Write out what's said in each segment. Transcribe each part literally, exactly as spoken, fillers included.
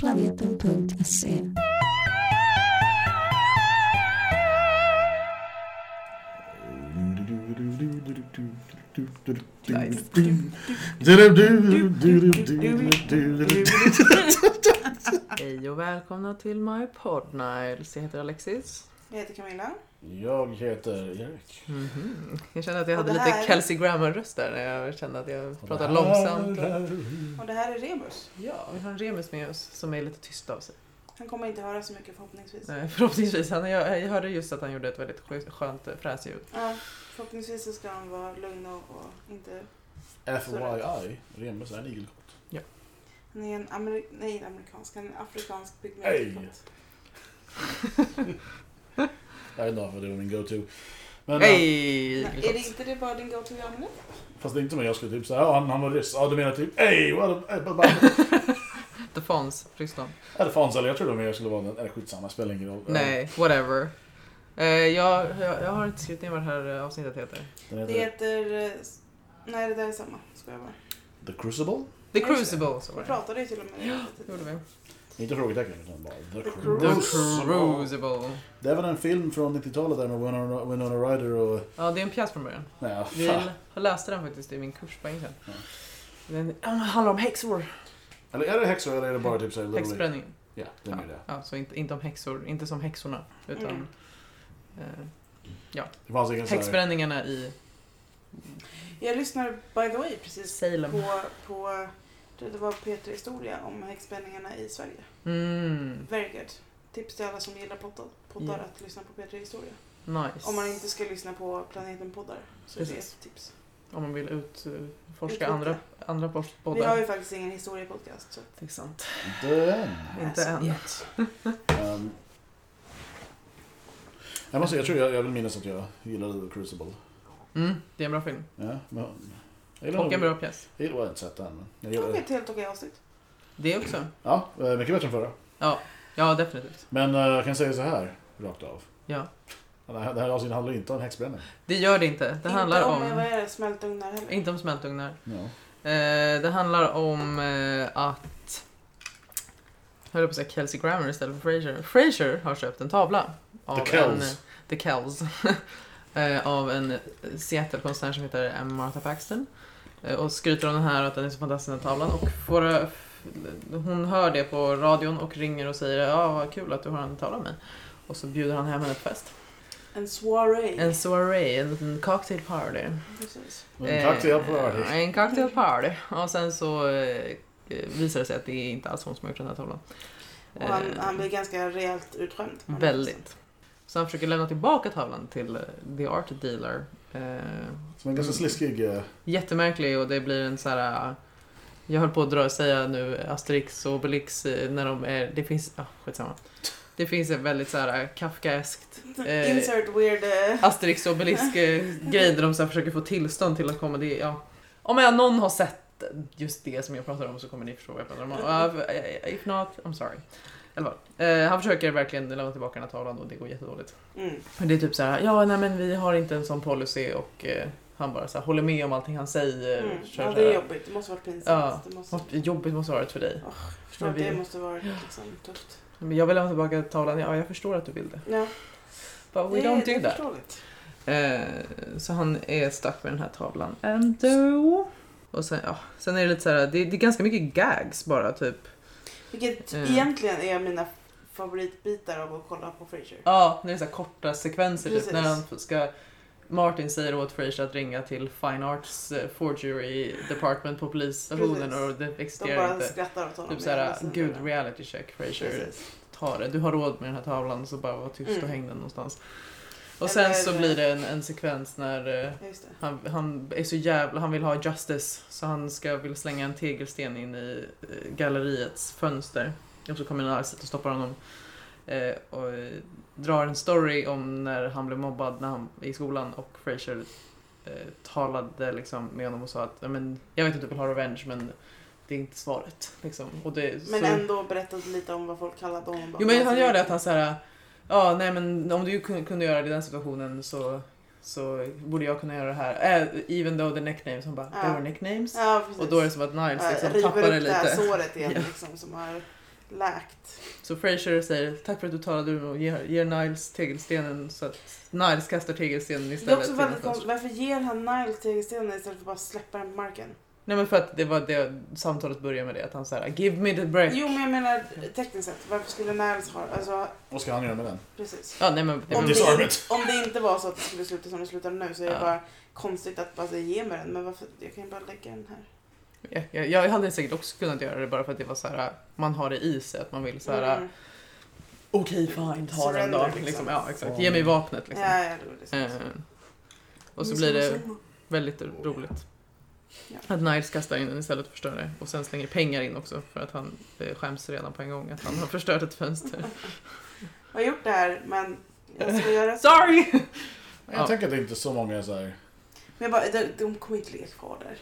planeten punkt se. Hej och välkomna till My Pod Niles. Jag heter Alexis. Jag heter Camilla. Jag heter Erik. Mm-hmm. Jag kände att jag hade här... lite Kelsey Grammer-röst där när jag kände att jag pratade långsamt. Och det här är Remus. Ja, vi har en Remus med oss som är lite tyst av sig. Han kommer inte höra så mycket förhoppningsvis. Nej, förhoppningsvis. Han, jag, jag hörde just att han gjorde ett väldigt skönt fräsljud. Ja, förhoppningsvis så ska han vara lugn och, och inte... F Y I, Remus är en igelkott. Ja. Han är en Ameri- nej, en amerikansk, en afrikansk Hey. pygmé-igelkott. Jag vet inte vad det var min go-to. Men, Hej! Nej, är det inte det bara din go-to Janne? fast det är inte som jag skulle typ säga, ja, han, han var ryss. Ja, du menar typ, ey, vad är det? The Fons, Ryssland. Är det fanns eller jag tror det mer skulle vara den, eller skitsamma, spelar ingen roll. Nej, whatever. Uh, jag, jag, jag har inte skrivit ner vad det här avsnittet heter. Den Det heter heter... eh, Nej, det där är samma. Ska jag bara. The Crucible. The Just det. Crucible, så var Vi det. pratade ju till och med Ja, det. det gjorde vi. Inte frågetecken utan bara The, The Crucible. The Crucible. Det är väl en film från nittiotalet där med Winona, Winona Ryder och... Ja, det är en pjäs från början. Nej, Vi fan. läste den faktiskt i min kurs på engelska. Ja. Den ja, handlar om häxor. Eller är det häxor eller är det bara typ såhär... Häxbränning. Ja, det är Ja, det. ja, så inte, inte om häxor, inte som häxorna, utan Mm. eh, Det fanns ingen såhär... häxbränningarna i Jag lyssnade, by the way, precis Salem. på... på det var Peter Historia om häxbränningarna i Sverige. Mm, Very good. Tips till alla som gillar poddar, poddar Ja. att lyssna på Peter Historia. nice. Om man inte ska lyssna på Planeten poddar så är det Precis. ett tips. Om man vill utforska Utforska. andra, andra Vi har poddar. ju faktiskt ingen historiepodcast. Så. Det är sant. Inte än. Inte än. Yet. Um, jag måste jag tror jag, jag vill minnas att jag gillade The Crucible. Mm, det är en bra film. Ja, men jag gillar Och en bra pjäs. Jag har inte sett den. Men jag Det var gillar, ett helt okej avsnitt. Det också. ja, mycket bättre än förra. Ja, ja definitivt. Men uh, jag kan säga så här rakt av. Ja. Det här, det här avsnittet handlar inte om häxbränning. Det gör det inte. Det inte handlar om... om... Vad är det? Smältugnar heller. Inte om smältugnar. Ja. Eh, det handlar om eh, att... Jag höll på att säga Kelsey Grammer istället för Frasier. Frasier har köpt en tavla. Av The Kells. En, The Kells. eh, av en Seattle-konstnär som heter Emma Martha Paxton. Eh, och skryter om den här att den är så fantastisk den här tavlan. Och får, eh, hon hör det på radion och ringer och säger ja vad kul att du har en tavla med. Och så bjuder han hem henne på fest. En soirée. En soirée, en liten cocktail party. Precis. En cocktail party. Eh, en cocktail party. Och sen så eh, visar det sig att det är inte alls hon som har gjort den här tavlan. Och han, Eh, han blir ganska rejält utskämd. Väldigt. Så han försöker lämna tillbaka tavlan till eh, The Art Dealer. Eh, Som en ganska sliskig... Uh, jättemärklig och det blir en så här... eh, jag höll på att dra och säga nu Asterix och Obelix eh, när de är... Det finns... Ah, skitsamma. Det finns en väldigt så här kafkaeskt eh, Insert weird... Uh... Asterix och Obelix eh, grej där de så här försöker få tillstånd till att komma. Det, ja. Om jag, någon har sett just det som jag pratar om så kommer ni förstå vad jag pratar om. Uh, if not, I'm sorry. Eller vad? Uh, han försöker verkligen lämna tillbaka den här tavlan och det går jättedåligt. Mm. Men det är typ så här, ja nej men vi har inte en sån policy och uh, han bara så här, håller med om allting han säger. Mm. Kör, Ja, så det är här, jobbigt. Det måste vara pinsamt. Ja. Det måste... måste, jobbigt måste vara det för dig. Oh, jag förstår Men att det vi- måste vara liksom tufft. Men jag vill lämna tillbaka tavlan, ja jag förstår att du vill det. Ja. But we det, don't det är do that. förståeligt. Eh, så han är stuck med den här tavlan. Ändå. Och sen, ja, sen är det lite så här, det, det är ganska mycket gags bara typ. Vilket Mm. egentligen är mina favoritbitar av att kolla på Frasier. Ja, när det är så här korta sekvenser typ, Precis. när han ska Martin säger åt Frasier att ringa till Fine Arts eh, Forgery Department på polisstationen Precis. och det De existerar bara inte. skrattar åt honom. Typ såhär, medan de good säger reality check Frasier. Precis. Ta det. Du har råd med den här tavlan så bara var tyst Mm. och häng den någonstans. Och Eller- sen så blir det en, en sekvens när eh, Ja, just det. Han, han är så jävla, han vill ha justice så han ska vill slänga en tegelsten in i eh, galleriets fönster. Och så kommer en arset och stoppar honom. Eh, och eh, drar en story om när han blev mobbad när han, i skolan och Frasier eh, talade liksom med honom och sa att men, jag vet att du vill ha revenge men det är inte svaret. Liksom. Och det, Men så, ändå berättat lite om vad folk kallade honom. jo men han gör det att han såhär, ja nej men om du kunde, kunde göra det i den situationen så så borde jag kunna göra det här. Äh, even though the nicknames. Han bara, Ja. there were nicknames. Ja, precis. Och då är det som att Niles liksom river tappar det upp det här lite. såret igen Ja. liksom, som har läkt. Så Frasier säger tack för att du talade ur och ger, ger Niles tegelstenen så att Niles kastar tegelstenen istället. Det är också till väldigt en konstigt. fönster. Varför ger han Niles tegelstenen istället för att bara släppa den på marken? Nej men för att det var det samtalet började med det. Att han säger give me the break. Jo, men jag menar tekniskt sett. Varför skulle Niles ha... Alltså, Vad ska han göra med den? precis. Ja, nej, men, det Om var, det, Disarm in, it. om det inte var så att det skulle sluta som det slutar nu så är det Ja. bara konstigt att bara säga ge mig den. Men varför? Jag kan ju bara lägga den här. jag, jag, jag hade säkert också kunnat göra det bara för att det var så här. Man har det i sig att man vill så här. Mm. Okej, okay, fine, ta den Surrender, då. liksom. Liksom, ja, exakt. Ge mig vapnet liksom. Ja, ja, det var det så. Eh, och så blir det väldigt roligt. Ja. Att Niles kastar in den istället för att förstöra det. Och sen slänger pengar in också för att han eh, skäms redan på en gång att han har förstört ett fönster. Jag har gjort det här, men jag ska göra så. Sorry! Jag Ja. tänker att det inte är så många är så här. Men jag bara, de, de kommer inte ligga kvar där.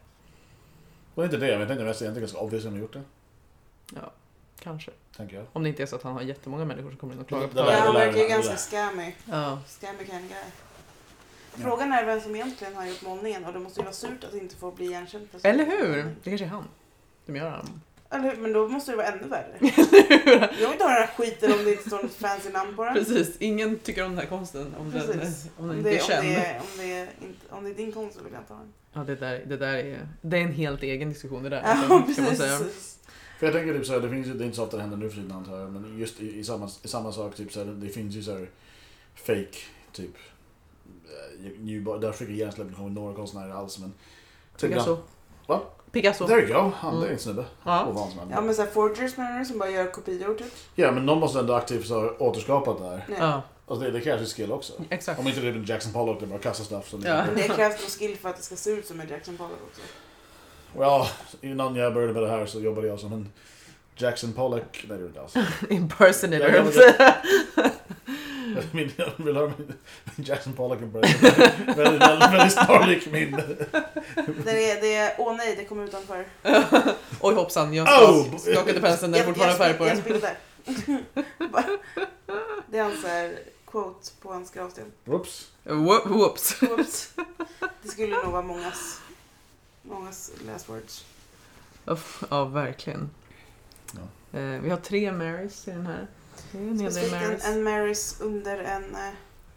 Och inte det, men jag tänkte mest egentligen ganska obvious om de gjort det. Ja, kanske. Tänker jag. Om det inte är så att han har jättemånga människor som kommer in och klagar på Det Ja, där- honom. han lär- verkar ju det ganska lär. scammy. Ja. Scammy kind of guy. Frågan är vem som egentligen har gjort målningen och det måste ju vara surt att inte få bli igenkänd. för så- Eller hur? Det kanske är han som gör han. Eller hur? Men då måste det vara ännu värre. Jag vill inte ha den här skiten om det inte står något fancy namn på den. Precis, ingen tycker om den här konsten om den, Precis. om den Om inte det, är om, känd. det är, om, det är inte, om det är din konst så vill jag inte ha den. Ja, det där, det där är, det är en helt egen diskussion det där. Ja, alltså, kan man säga. precis. För jag tänker typ så här, det finns ju, det är inte så ofta det händer nu för tiden antar jag, men just i, i, samma, i samma sak typ så här, det finns ju så här fake typ eh, new, där fick jag hjärnsläpp kommer några konstnärer alls men Picasso. Va? Picasso. There you go, han Mm. det är en snubbe. Ja. Och vad som helst. Ja, men såhär forgers menar du som bara gör kopior typ? Ja, men någon måste ändå aktivt så ha återskapat det här. Nej. Ja, Alltså det, det krävs ju skill också. exakt. Om inte det är Jackson Pollock, det bara kastar stuff som Ja. Men det krävs nog skill för att det ska se ut som en Jackson Pollock också. Ja, innan jag började med det här så jobbade jag som en Jackson Pollock. Nej, det är inte alls. Impersonator. Ja, ja, Min, jag vill ha min, min Jackson Pollock impression. väldigt, väldigt, väldigt snarlik min. Det är, det är, åh nej, det kom utanför. Oj hoppsan, jag Oh! skakade penseln, den är fortfarande färg på jag, den. jag spillde. Det är hans här quote på hans gravsten. Whoops. Who- Whoops. Whoops. Det skulle nog vara mångas, mångas last words. Uff, ja, verkligen. Ja. Eh, vi har tre Marys i den här. Det är en hel del Specifikt en, Marys. en Marys under en eh,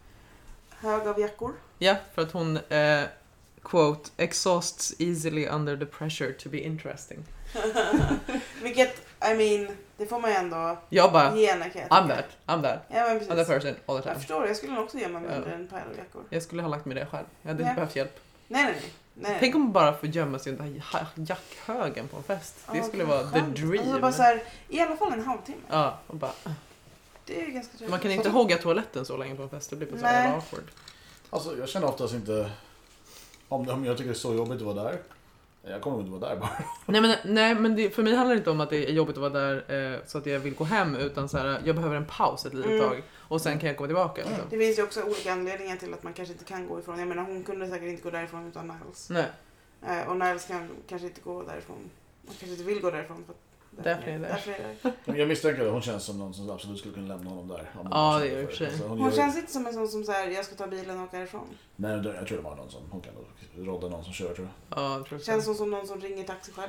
hög av jackor. Ja, för att hon, eh, quote, exhausts easily under the pressure to be interesting. Vilket, I mean, det får man ju ändå Jag bara, ge henne kan jag I'm tycka. that, I'm that. Ja, men I'm that precis. person all the Jag time. förstår, jag skulle nog också ge mig Ja. under en pärl av jackor. Jag skulle ha lagt med det själv. Jag hade Ja. inte behövt hjälp. Nej, nej, nej. nej. Tänk om man bara får gömma sig under ha- jackhögen på en fest. Det Ja, skulle vad vara the skönt. dream. Alltså bara så här, i alla fall en halvtimme. Ja, och bara, Det är ju ganska trevligt. man kan inte hogga toaletten så länge på en fest. Det blir bara så här Nej. awkward. Alltså jag känner oftast inte, om, om jag tycker det är så jobbigt att vara där. Jag kommer inte vara där bara. Nej men, nej, men det, för mig handlar det inte om att det är jobbigt att vara där eh, så att jag vill gå hem. Utan så här, jag behöver en paus ett litet Mm. tag. Och sen kan jag komma tillbaka. Liksom. Det finns ju också olika anledningar till att man kanske inte kan gå ifrån. Jag menar, hon kunde säkert inte gå därifrån utan Niles. Nej, Eh, och Niles kan kanske inte gå därifrån. Man kanske inte vill gå därifrån. För att Därför är det där. därför är det. Men jag misstänker att hon känns som någon som absolut skulle kunna lämna honom där. Om hon Ja, känner det gör för i och för sig. Alltså, Hon gör- känns inte som en sån som säger jag ska ta bilen och åka härifrån. Nej, det- jag tror det var någon som, hon kan nog råda någon som kör tror jag. ja, jag tror också. Känns som, som någon som ringer taxi själv.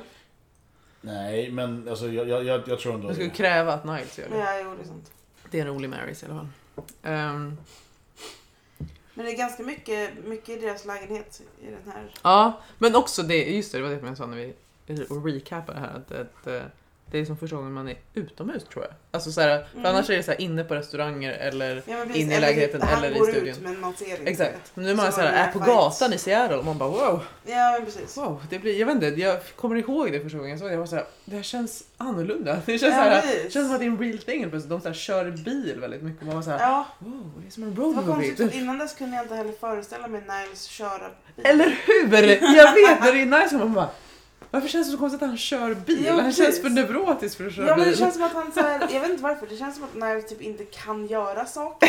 Nej, men alltså jag, jag, jag, jag tror ändå... Jag skulle kräva att Niles gör det. Ja, jo, det är sant. Det är en rolig Marys i alla fall. Ehm, Men det är ganska mycket, mycket i deras lägenhet i den här. ja, men också det, just det, det var det jag sa när vi recapade här. Att, att, eh, det är som första gången man är utomhus tror jag. Alltså så här, för Mm. annars är det så här inne på restauranger eller Ja, men precis. inne i Eller lägenheten han eller i går studion. Ut, men man ser inte. Exakt. Men nu är man Så så här, den här är på fights. gatan i Seattle och man bara wow, Ja, men precis. wow. Det blir, jag vet inte, jag kommer ihåg det första gången jag såg det. Jag var så här, det här känns annorlunda. Det känns, Ja, så här, precis. det känns som att det är en real thing. Plötsligt. De så här, kör bil väldigt mycket och man var så här, Ja, wow, det är som en det road var konstigt. För movie. innan dess kunde jag inte heller föreställa mig Niles köra bil. Eller hur? Jag vet, när det är nice man bara, varför känns det så konstigt att han kör bil? Ja, han precis. känns för neurotisk för att köra Ja, men det bil. känns som att han så här, jag vet inte varför, det känns som att Niles typ inte kan göra saker.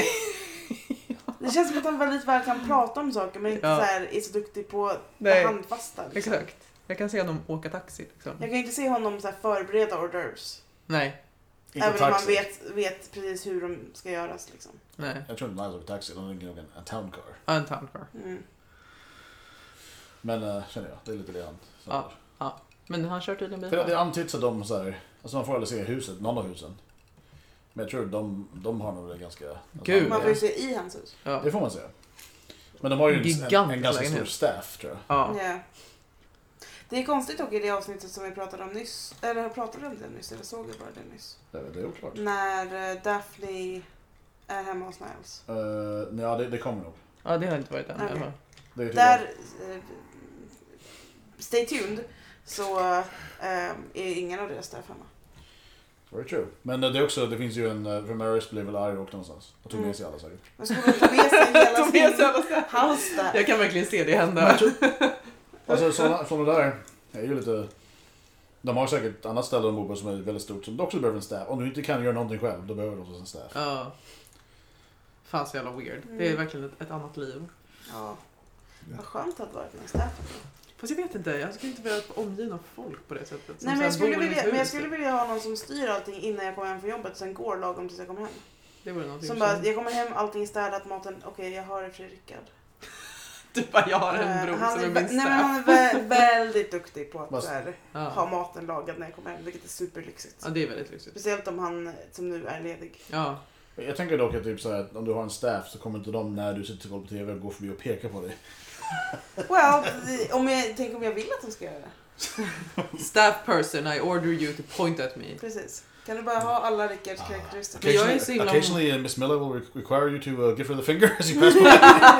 Det känns som att han väldigt väl kan prata om saker men inte Ja. så här, är så duktig på det Nej. handfasta. Liksom. Exakt. Jag kan se honom åka taxi. Liksom. Jag kan ju inte se honom så här förbereda hors d'oeuvres. Nej, Inte Även om man taxi. vet, vet precis hur de ska göras. Liksom. nej. Jag tror inte Niles åker taxi, de ringer nog en, en town car. Ja, en town car. Mm. Men äh, känner jag, det är lite det han Ja. Men han kör tydligen bil. För det antyds att de så här, Alltså man får aldrig se huset, någon av husen. Men jag tror de, de har nog det ganska... Alltså, Gud, Man får ju ja. se i hans hus. Ja. det får man säga. Men de har ju en, en, en ganska stor staff, tror jag. Ja. Ja. Det är konstigt dock i det avsnittet som vi pratade om nyss. Eller pratade vi om det nyss? Eller såg jag bara det nyss? Det, det är oklart. När uh, Daphne är hemma hos Niles. Uh, ja, det, det kommer nog. Ja, det har inte varit än. Okej. i alla fall. Det är Där, uh, stay tuned, så uh, är ingen av deras staff hemma. Very true. Men uh, det är också, det finns ju en, uh, Ramirez blev väl arg och någonstans. Och tog Mm. med sig alla säkert. Men skulle de ta med sig hela Tog med sig alla sin house där? Jag kan verkligen se det hända. Men jag tror- Alltså sådana, sådana där är ju lite... De har säkert ett annat ställe de bor på som är väldigt stort som också behöver en staff. Om du inte kan göra någonting själv, då behöver du också en staff. Ja. Fan så jävla weird. Det är verkligen ett, ett annat liv. Ja. Vad skönt att vara med staff. Fast jag vet inte, jag skulle inte vilja vara omgiven av folk på det sättet. Som Nej, men så här jag skulle, bor i vilja, ett men jag hus, skulle typ. vilja ha någon som styr allting innan jag kommer hem från jobbet, sen går lagom tills jag kommer hem. Det vore någonting Som bara, jag kommer hem, allting är städat, maten, okej, jag har det för Rickard. Du bara, jag har en Eh, bror han som är, är vä- min nej, men han är staff. vä- väldigt duktig på att Vad- så här, Ja. ha maten lagad när jag kommer hem, vilket är superlyxigt. Ja, det är väldigt lyxigt. Speciellt om han som nu är ledig. Ja. Jag tänker dock att, typ så här, att om du har en staff så kommer inte de när du sitter och kollar på tv och går förbi och pekar på dig. Well, om jag, tänk om jag vill att de ska göra det. Staff person, I order you to point at me. Precis. Kan du bara ha alla Rickards karaktäristika? Men jag är så illa- Occasionally uh, Miss Miller will re- require you to uh, give her the finger as you pass by.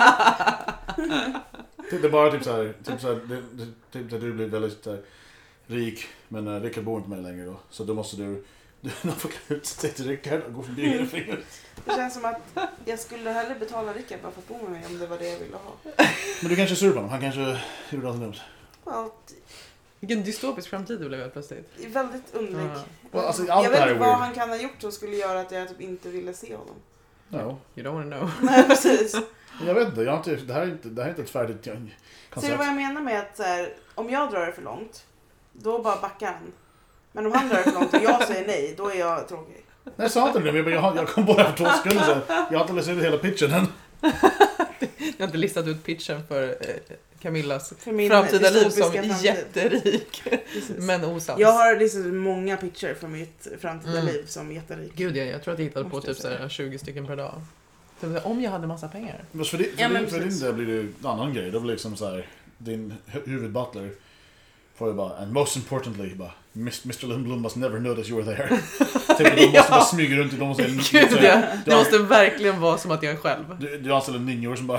det, det är bara typ så här, typ så här, det, det, typ att du blir väldigt uh, rik, men uh, Rickard bor inte med längre då. Så då måste du, du får klä ut sig till Rickard och gå förbi och ge det fingret. Det känns som att jag skulle hellre betala Rickard bara för att bo med mig om det var det jag ville ha. Men du kanske är sur på honom, han kanske gjorde något dumt. Well, Vilken dystopisk framtid det blev helt plötsligt. det är väldigt underlig. Ja. Well, alltså, allt Jag det vet här inte är vad weird. han kan ha gjort som skulle göra att jag typ inte ville se honom. No. You don't wanna know. Nej, precis. Jag vet inte, jag har inte, det, här är inte, det här är inte ett färdigt Ser du koncept. vad jag menar med att så här, om jag drar det för långt, då bara backar han. Men om han drar det för långt och jag säger nej, då är jag tråkig. Nej, jag sa inte det, men jag, har- jag kom på det här för två sekunder sedan. Jag har inte läst ut hela pitchen än. Jag har inte listat ut pitchen för eh, Camillas För min framtida liv som dystopiska framtid. jätterik. Precis. Men osams. Jag har liksom många pitcher för mitt framtida Mm. liv som jätterik. Gud, jag, jag tror att jag hittade på Måste jag typ så här tjugo stycken per dag. Typ så här, om jag hade massa pengar. Men för, din, för, Ja, men din, för din precis. del blir det ju en annan grej. Då blir liksom så här, din hu- huvudbutler får ju bara, and most importantly, bara, mister Lundblom must never notice you were there. Typ, de måste Ja. bara smyga runt i de måste, Gud, så, ja. du, Det måste verkligen vara som att jag är själv. du, du anställer ninjor som bara,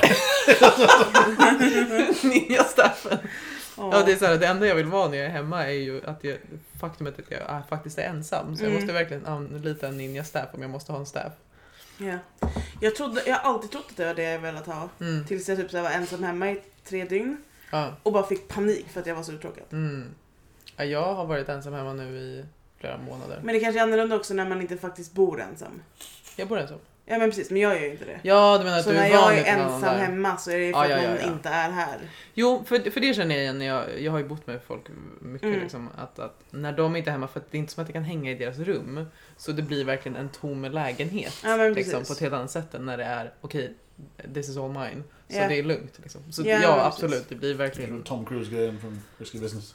Ninja-staffen. Åh. Ja, det är så här, det enda jag vill vara när jag är hemma är ju att jag, faktumet att jag är, faktiskt är ensam. Så jag Mm. måste verkligen anlita en ninja-staff om jag måste ha en staff. Ja. Jag, trodde, jag har alltid trott att det var det jag velat ha. Mm. Tills jag typ så här var ensam hemma i tre dygn. Ja. Och bara fick panik för att jag var så uttråkad. Mm. Ja, jag har varit ensam hemma nu i flera månader. Men det kanske är annorlunda också när man inte faktiskt bor ensam. Jag bor ensam. Ja men precis, men jag gör ju inte det. Ja, du menar att Så du när är jag van är vid någon annan ensam där. hemma så är det ju för Ja, att ja, ja, någon ja. inte är här. Jo, för, för det känner jag igen. när Jag, jag har ju bott med folk mycket. Mm. Liksom, att, att när de inte är hemma, för att det är inte som att jag kan hänga i deras rum. Så det blir verkligen en tom lägenhet. Ja men Liksom, precis. på ett helt annat sätt än när det är okej, this is all mine. Så Ja. det är lugnt. Liksom. Så Ja, ja, men absolut. precis. Det blir verkligen... Tom Cruise-grejen från Risky Business.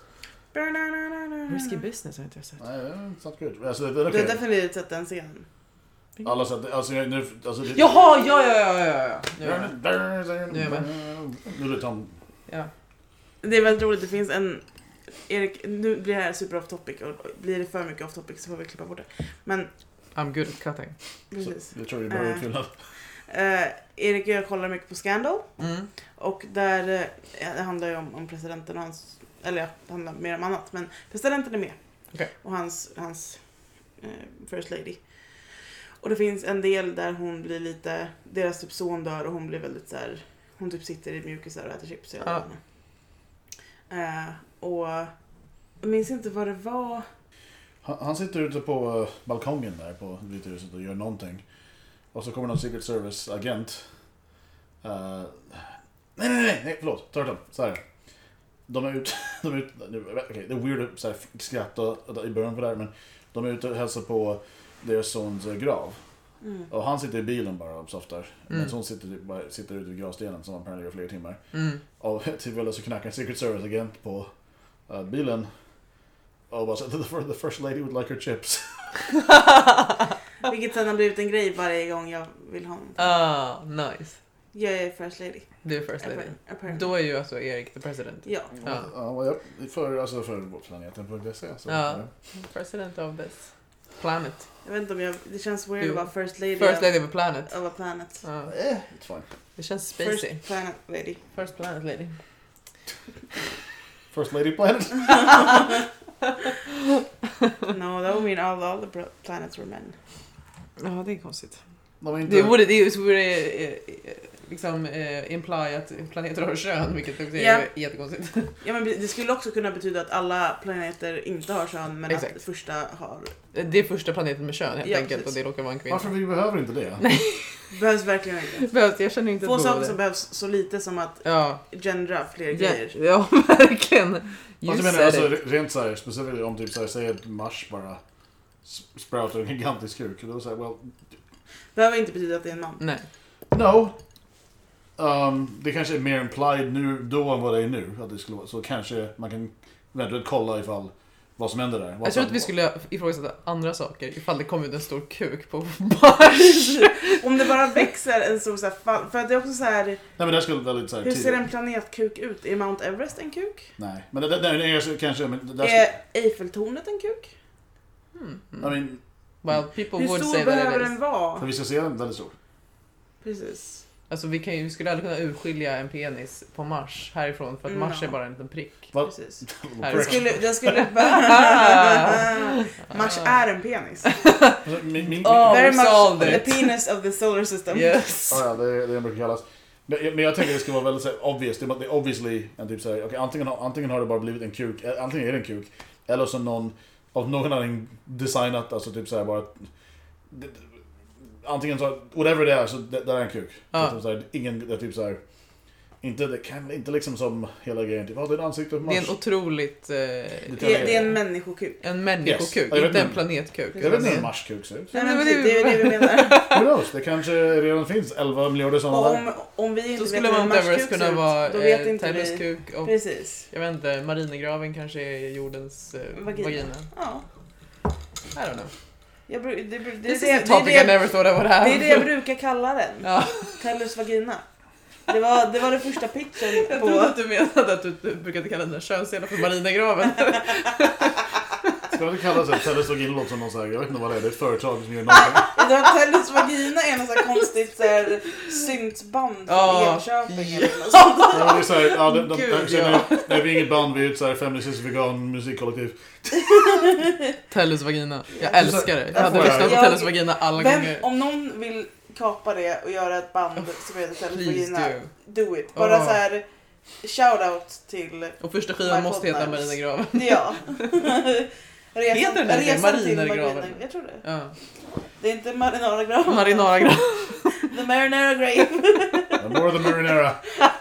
Risky business har jag inte sett. Nej, it's not good. Alltså, det är Du har okej. definitivt sett den scenen. Alla sätt, alltså, jag- nu, alltså, det, Jaha, ja, ja, ja, ja, ja. Nu är jag med. Nu är jag med. Nu är det Tom. Ja. Det är väldigt roligt, det finns en... Erik, nu blir det här super off topic och blir det för mycket off topic så får vi klippa bort det. Men I'm good at cutting. precis. Jag tror det är bra Eh. utfyllnad. Eh, Erik och jag kollar mycket på Scandal. Mm. Och där, eh, det handlar ju om, om presidenten och hans, eller ja, det handlar mer om annat, men presidenten är med. Okej. Och hans, hans eh, first lady. Och det finns en del där hon blir lite, deras typ son dör och hon blir väldigt så här, hon typ sitter i mjukisar och äter chips hela Ja. dagen. Eh, och jag minns inte vad det var. Han, han sitter ute på uh, balkongen där på Vita huset och gör någonting. Och så kommer någon Secret Service-agent. Uh, nej, nej, nej, nej, förlåt. Tvärtom. Så här. De är ute, de är ute, okej, okay, det är weird att så här, skratta i början på det här, men de är ute och hälsar på deras sons uh, grav. Mm. Och han sitter i bilen bara och softar. Mm. Men hon sitter, bara, sitter ute vid gravstenen som han apparently gör flera timmar. Mm. Och till väl så knackar en Secret Service-agent på uh, bilen. och bara så the, the first lady would like her chips. Vilket sen har blivit en grej varje gång jag vill ha någonting. Ah, nice. Jag är first lady. Du är first lady. Apparently. Då är ju alltså Erik the president. Ja. Ja. Ja, ja, för, alltså för planeten punkt se. Så, Ja. President of this planet. Jag vet inte om jag... Det känns weird Du- att vara first lady, First lady of a planet. of a planet. Ja. Eh, it's fine. Det känns spacey. First planet lady. First planet lady. First lady planet. No, that would mean all, all the pr- planets were men. Ja, det är konstigt. De är inte... Det borde, det borde eh, eh, liksom eh, imply att planeter har kön, vilket också är Ja. jättekonstigt. Ja, men det skulle också kunna betyda att alla planeter inte har kön, men Exakt. att första har... Det är första planeten med kön helt Ja, enkelt, precis. och det råkar vara en kvinna. Varför vi behöver inte det? Behövs verkligen inte. Behövs, jag känner inte Få ett behov av saker som det. behövs så lite som att Ja. gendra fler Ja, grejer. ja, verkligen. Fast You jag menar, said alltså, it. rent såhär, specifikt om typ såhär, säg att Mars bara s- sproutar en gigantisk kuk. Då säger well, Behöver inte betyda att det är en man. Nej. no. Um, det kanske är mer implied nu då än vad det är nu. Att det skulle vara, så kanske man kan eventuellt kolla ifall vad som händer där. Vad Jag tror som- att vi skulle ifrågasätta andra saker ifall det kom ut en stor kuk på Mars. Om det bara växer en stor så här fall. För att det är också så här. Nej men det här skulle väldigt såhär Hur ser en planetkuk ut? Är Mount Everest en kuk? Nej, men det, det, det är kanske... Men det där Är Eiffeltornet en kuk? Hmm. skulle, I mean, Well, people Hur would stor say that behöver it den is. för vara? vi ska se den väldigt stor. Precis. Alltså vi, kan ju, vi skulle aldrig kunna urskilja en penis på Mars härifrån, för att Mars No. är bara en liten prick. Va? Precis. Här. Det skulle, det skulle Mars är en penis. Alltså, min, min, min, Oh, Very we much solved the it. penis of the solar system. Yes. Ja, ja, det är det den brukar kallas. Men jag, men jag tänker att det ska vara väldigt så här, obvious. Det är, det är obviously en typ såhär, okay, antingen, har- antingen har det bara blivit en kuk, eh, antingen är det en kuk, eller så någon av någon annan designat, alltså typ såhär bara att- det, antingen så, whatever det är, så det, det är en kuk. Ja. Så, så här, ingen, det är typ såhär, inte, det kan, inte liksom som hela grejen, typ, ja det är ett ansikte på Det är Mars. en otroligt... Eh, Det, det är en människokuk. en människokuk, Yes. Ja, jag vet inte en inte. planetkuk. Jag vet inte hur en Marskuk ser ut. Nej, men men det- det, det är det vi menar. Who knows? Det kanske redan finns elva miljarder sådana Och där. om, om vi Då inte skulle vet hur en Mount Everest Marskuk kunna ser vara ut, då vet eh, inte Tellus vi. kuk och, Precis. jag vet inte, marinegraven kanske är jordens eh, Vagina. vagina. Ja. I don't know. Jag, bru- det, det, det, This det, is a det, topic det, I never thought I would have. det är det jag brukar kalla den. Ja. Tellus vagina. Det var, det var den första pitchen Jag trodde på... att du menade att du, du brukade kalla den där könsdelen för marinegraven. Ska det kallas ett Tellus och Ginlot som någon säger? Jag vet inte vad det är, det är ett företag som gör någonting. Det var Tellus vagina är något så här konstigt så här, syntband från Ja. Enköping eller något sånt. Ja, men det är så här, ja, de, de, Gud, de, de, ja. nej, nej, vi är inget band, vi är ett så här feministiskt vegan musikkollektiv. Tellus vagina. Jag Ja. älskar det. Jag hade Jag- lyssnat på jag- Tellus vagina alla Vem, gånger. om någon vill kapa det och göra ett band som heter Tellus Please vagina, do. do it. Bara Oh. så här shout-out till... Och första skivan My måste heta Podnars. marinegraven. Ja. Resan, Heter den det? resan till Marinergraven? vagina. Jag tror det. Ja. Det är inte Marinara-graven. Marinara-graven. The Marinara Grave. The more the marinara.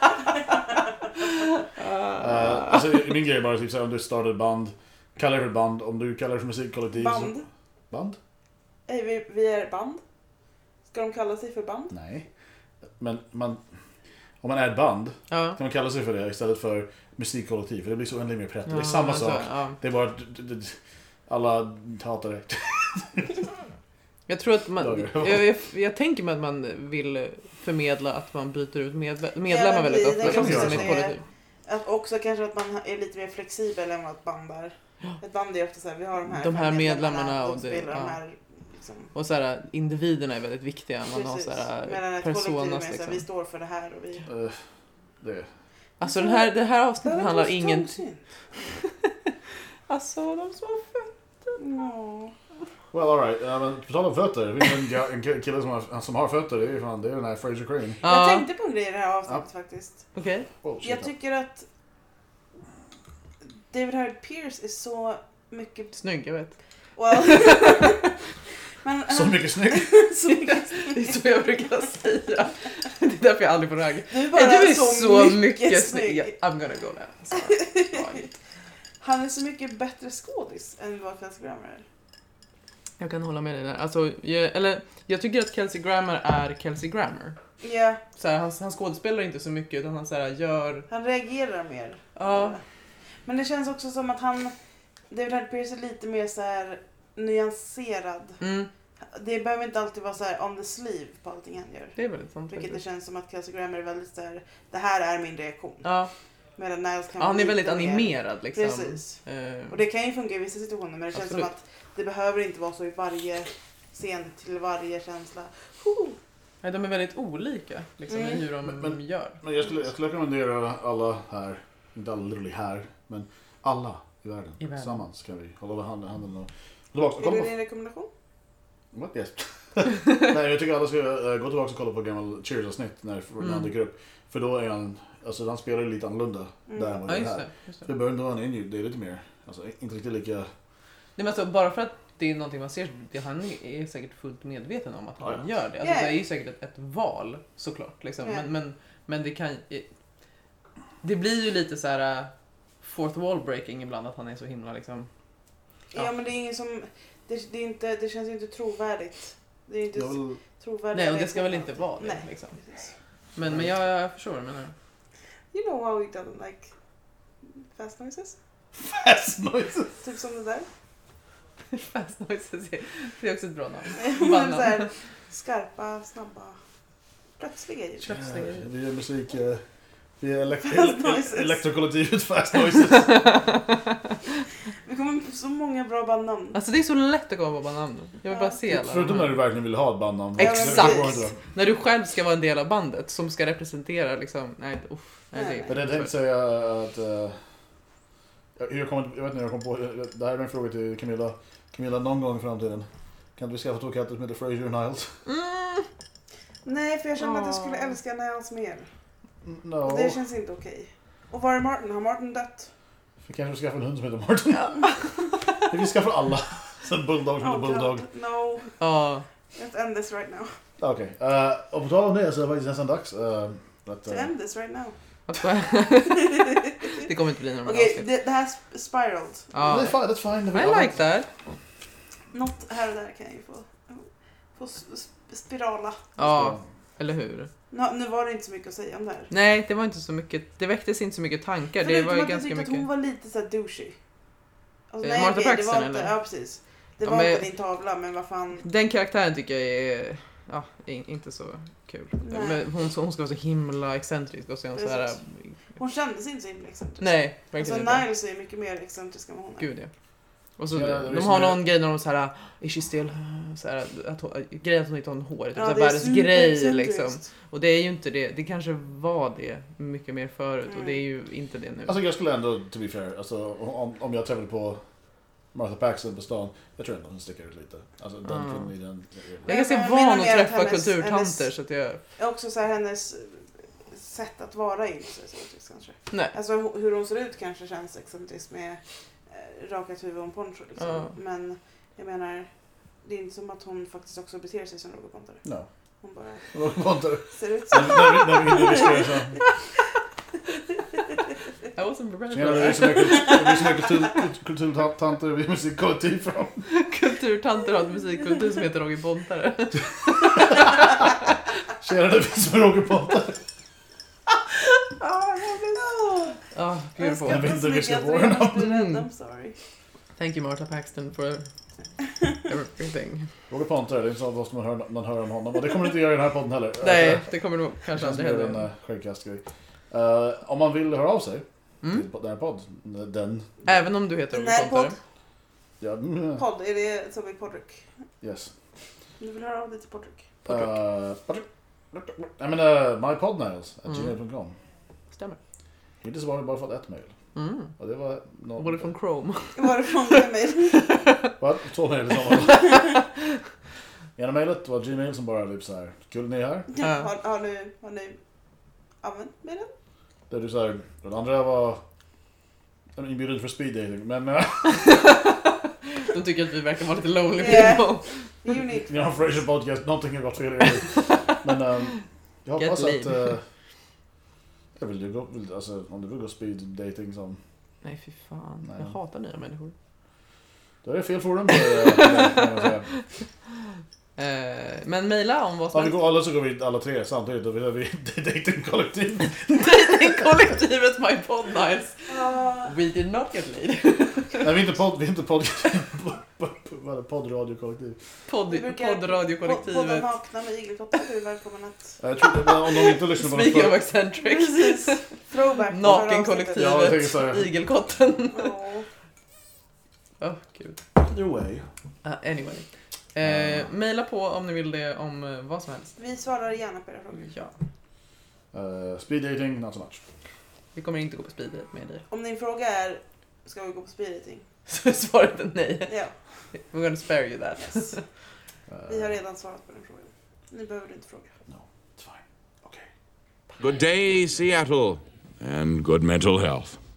Uh, alltså, min grej är bara typ så här, om du startar ett band, kallar det för ett band, om du kallar det för musikkollektiv. Band. Så, band? Hey, vi, vi är band. Ska de kalla sig för band? Nej. Men man, om man är ett band Ja. kan man kalla sig för det istället för musikkollektiv, för det blir så oändligt mer pretto. Det är samma alltså, sak. ja. Det är bara att d- d- d- alla hatar det. Jag tror att man, Dagar. jag, jag, jag tänker mig att man vill förmedla att man byter ut med, medlemmar Ja, väldigt det- ofta det som kan som man ett göra. kollektiv. Att också kanske att man är lite mer flexibel än vad ett band är. Ett band är ofta så här, vi har de här, De här fem medlemmarna och de det- spelar de ja. här liksom, Och så här, individerna är väldigt viktiga. Man har precis. så här Medan ett kollektiv är personas mer så här, liksom. vi står för det här och vi... Uh, det. Alltså den här, det här avsnittet handlar ingen... Tungsynt. Alltså de som Ja. Well alright, uh, men på tal om fötter, det finns en, ga- en kille som har, som har fötter, det är, fan, det är den här Fraser Crane. Jag Ja, tänkte på en grej i det här avsnittet faktiskt. okej. Oh, shit, Jag tycker att David Howard Pierce är så mycket... Snygg, jag vet. Well, men, Så mycket snygg. så mycket Det är så jag brukar säga. Det är därför jag aldrig får ragg. Du är bara Du är så, så mycket, mycket snygg. snygg. Yeah, I'm gonna go now. Sorry. Fine. Han är så mycket bättre skådis än vad Kelsey Grammer är. Jag kan hålla med dig där. Alltså, jag, eller, jag tycker att Kelsey Grammer är Kelsey Grammer. Ja, Så här, han, han skådespelar inte så mycket utan han så här, gör... han reagerar mer. Ja. Men det känns också som att han... David Hyde Pierce är lite mer så här nyanserad. Mm. Det behöver inte alltid vara så här on the sleeve på allting han gör. Det är väldigt sant. Vilket det känns som att Kelsey Grammer är väldigt så här, det här är min reaktion. Ja. Medan Niles kan Ja, han är väldigt lite mer- animerad liksom. Precis. Eh, Och det kan ju funka i vissa situationer, men det känns Absolut. som att det behöver inte vara så i varje scen till varje känsla. Ho! Nej, de är väldigt olika liksom, Mm. i hur de Men- men- gör. Men jag skulle, jag skulle rekommendera alla här, inte alla literally här, men alla i världen. I världen. Tillsammans kan vi hålla handen, handen och... Tillbaka, Är kolla det på... din rekommendation? What? Yes. Nej, jag tycker alla ska uh, gå tillbaka och kolla på gammal Cheers-avsnitt när, när han Mm. dyker upp. För då är han, alltså han spelar lite annorlunda Mm. där än vad Ja, det är just här. det. Just det. Det behöver inte vara en inljud, det är lite mer, alltså inte riktigt lika... Nej, men alltså, bara för att det är någonting man ser, det, han är säkert fullt medveten om att han Ja, ja. gör det. Alltså, Yeah. Det är ju säkert ett, ett val, såklart. Liksom. Yeah. Men, men, men det kan det blir ju lite så här uh, fourth wall breaking ibland, att han är så himla liksom... Ja, Ja. men det är ingen som... Det, det, är inte, det känns ju inte trovärdigt. Det är inte Jag vill, trovärdigt. Nej, och det ska väl inte vara det. Nej, Liksom. precis. Men, men jag, jag förstår vad du menar. You know how he doesn't like fast noises? fast noises! Typ som det där. Fast noises, det är också ett bra namn. Men så här, skarpa, snabba, plötsliga ljud. Plötsliga Ja, ljud. vi gör musik, uh, vi är elekt- Fast noises. elektrokollektivet Fast Noises. Vi kommer på så många bra bandnamn. Alltså det är så lätt att komma på bandnamn. Jag vill Ja. bara se alla. Förutom de när här. du verkligen vill ha ett bandnamn. Exakt. Det går inte. När du själv ska vara en del av bandet som ska representera liksom, nej, uff, nej, Nej. Men det jag tänkte säga att... Uh, jag, jag, kommer, jag vet inte, jag kom på... Det här är en fråga till Camilla. Camilla, någon gång i framtiden. Kan du skaffa två katter som heter Fraser och Niles? Mm. Nej, för jag känner att jag Åh. skulle älska Niles mer. No. Och det känns inte okej. Och var är Martin? Har Martin dött? Vi kanske skaffa en hund som heter Martin. Vi skaffar alla. Sen Bulldog som heter Oh, Bulldog. God. No, Ja, let's end this right now. Okej. Okay. Uh, och på tal om det så är det faktiskt nästan dags. Uh, att, To uh, end this right now. att det kommer inte bli några Okej, avsnitt. det, det här sp- spiraled. Ja. Det är fine, that's fine. I like that. Något här och där kan jag ju få, få sp- spirala. Ja, eller hur? Nu, nu var det inte så mycket att säga om det här. Nej, det var inte så mycket, det väcktes inte så mycket tankar. Det Förutom var ju att jag ganska tyckte mycket... att hon var lite så här douchey. Alltså, Eh, nej, Martha okej, det Paxton, var inte, eller? ja, precis. Det Ja, var men- inte din tavla, men vad fan. Den karaktären tycker jag är, ja, in- inte så kul. Nej. Men hon, hon ska vara så himla excentrisk och så är hon så här... Precis. Hon kändes inte så himla excentrisk. Nej, Alltså verkligen inte. Niles är mycket mer excentrisk än vad hon är. Gud ja. Och så, Ja, det är de som har det- någon grej när de så här, is she still, så här, att hon, grejen att hon inte har en hår, typ Ja, så här, det är världens grej superexcentriskt. liksom. Och det är ju inte det, det kanske var det mycket mer förut och Mm. det är ju inte det nu. Alltså jag skulle ändå, to be fair, alltså, om, om jag träffade på Martha Paxton på stan, jag tror ändå hon sticker ut lite. Alltså den Ah. kvinnan i den... Jag är ganska Jag menar van att mer att träffa hennes- kulturtanter hennes- så att jag, Ja, också så här hennes sätt att vara i så excentrisk kanske. nej. Alltså ho- hur hon ser ut kanske känns excentriskt med eh, rakat huvud och en poncho liksom. Ja. Men jag menar, det är inte som att hon faktiskt också beter sig som Roger Pontare. No. Hon bara Vad var det? ser ut så. När vi- när vi- när vi diskuterar så... I wasn't prepared Tjena, for vi är that. så mycket vi är så mycket kultur- kulturtanter, vi är musikkollektiv från... Kulturtanter har ett musikkultur som heter Roger Pontare. Tjena, det finns som Roger Pontare. Ah, jag vill... Ja, Jag beautiful. Jag vet skrattar inte så hur vi mycket ska att få jag den måste bli av. rädd, I'm sorry. Thank you Martha Paxton for everything. Roger Pontare, det är inte så vad man hör, man hör om honom. Och det kommer du inte göra i den här podden heller. Nej, det kommer nog kanske Kanske aldrig mer en hända. uh, skäggkastgrej. Uh, om man vill höra av sig Mm. till den här podden, den... Även om du heter Den Roger här Pontare. podd, Ja, mm, podd, är det som i Podrick? yes. Du vill höra av dig till Podrick? Uh, Nej men uh, mypodnails at Mm. gmail punkt com. Stämmer. Hittills var det bara fått ett mail. Mm. Och det var... No, Var det från Chrome? Varifrån det mejl? Vad? Två mail i samma. Ena mailet var Gmail som bara typ så här. Kul ni är här. Ja. Har, har, ni, har ni använt mejlen? Där du så här. Den andra var en inbjudan för speed dating. Men uh, De tycker att vi verkar vara lite lonely Yeah. people. Unique. ni har Fraser podcast. Någonting har gått fel i er. Men um, jag Get hoppas att... lead. Uh, jag vill ju gå... Vill, alltså om du vill gå speed dating som... Nej fy fan, Nej. jag hatar nya människor. Då är det fel forum. För, uh, Eh, men mejla om vad som ja, vi helst. går, alla så går vi alla tre samtidigt. Då är vi datingkollektiv. Datingkollektivet My Pod Nights. Ah, We did not get laid. Nej, vi är inte podd, vi är inte podd, vad är det, poddradiokollektiv. Podd, poddradiokollektivet. Podden Nakna med Igelkotta, du är välkommen att... Jag tror det, om de inte lyssnar på Speaking of för... eccentric. Precis. Throwback. Nakenkollektivet, Ja, jag tänker så här. Igelkotten. Åh. Åh, gud. Either way. Uh, anyway. Eh, maila på om ni vill det om uh, vad som helst. Vi svarar gärna på era frågor. Ja. Uh, speed dating, not so much. Vi kommer inte gå på speed date med dig. Om din fråga är, ska vi gå på speed dating? Så svaret är nej. Ja. We're gonna spare you that. Yes. Uh, Vi har redan svarat på den frågan. Ni behöver inte fråga. No, it's fine. Okay. Good day, Seattle, and good mental health.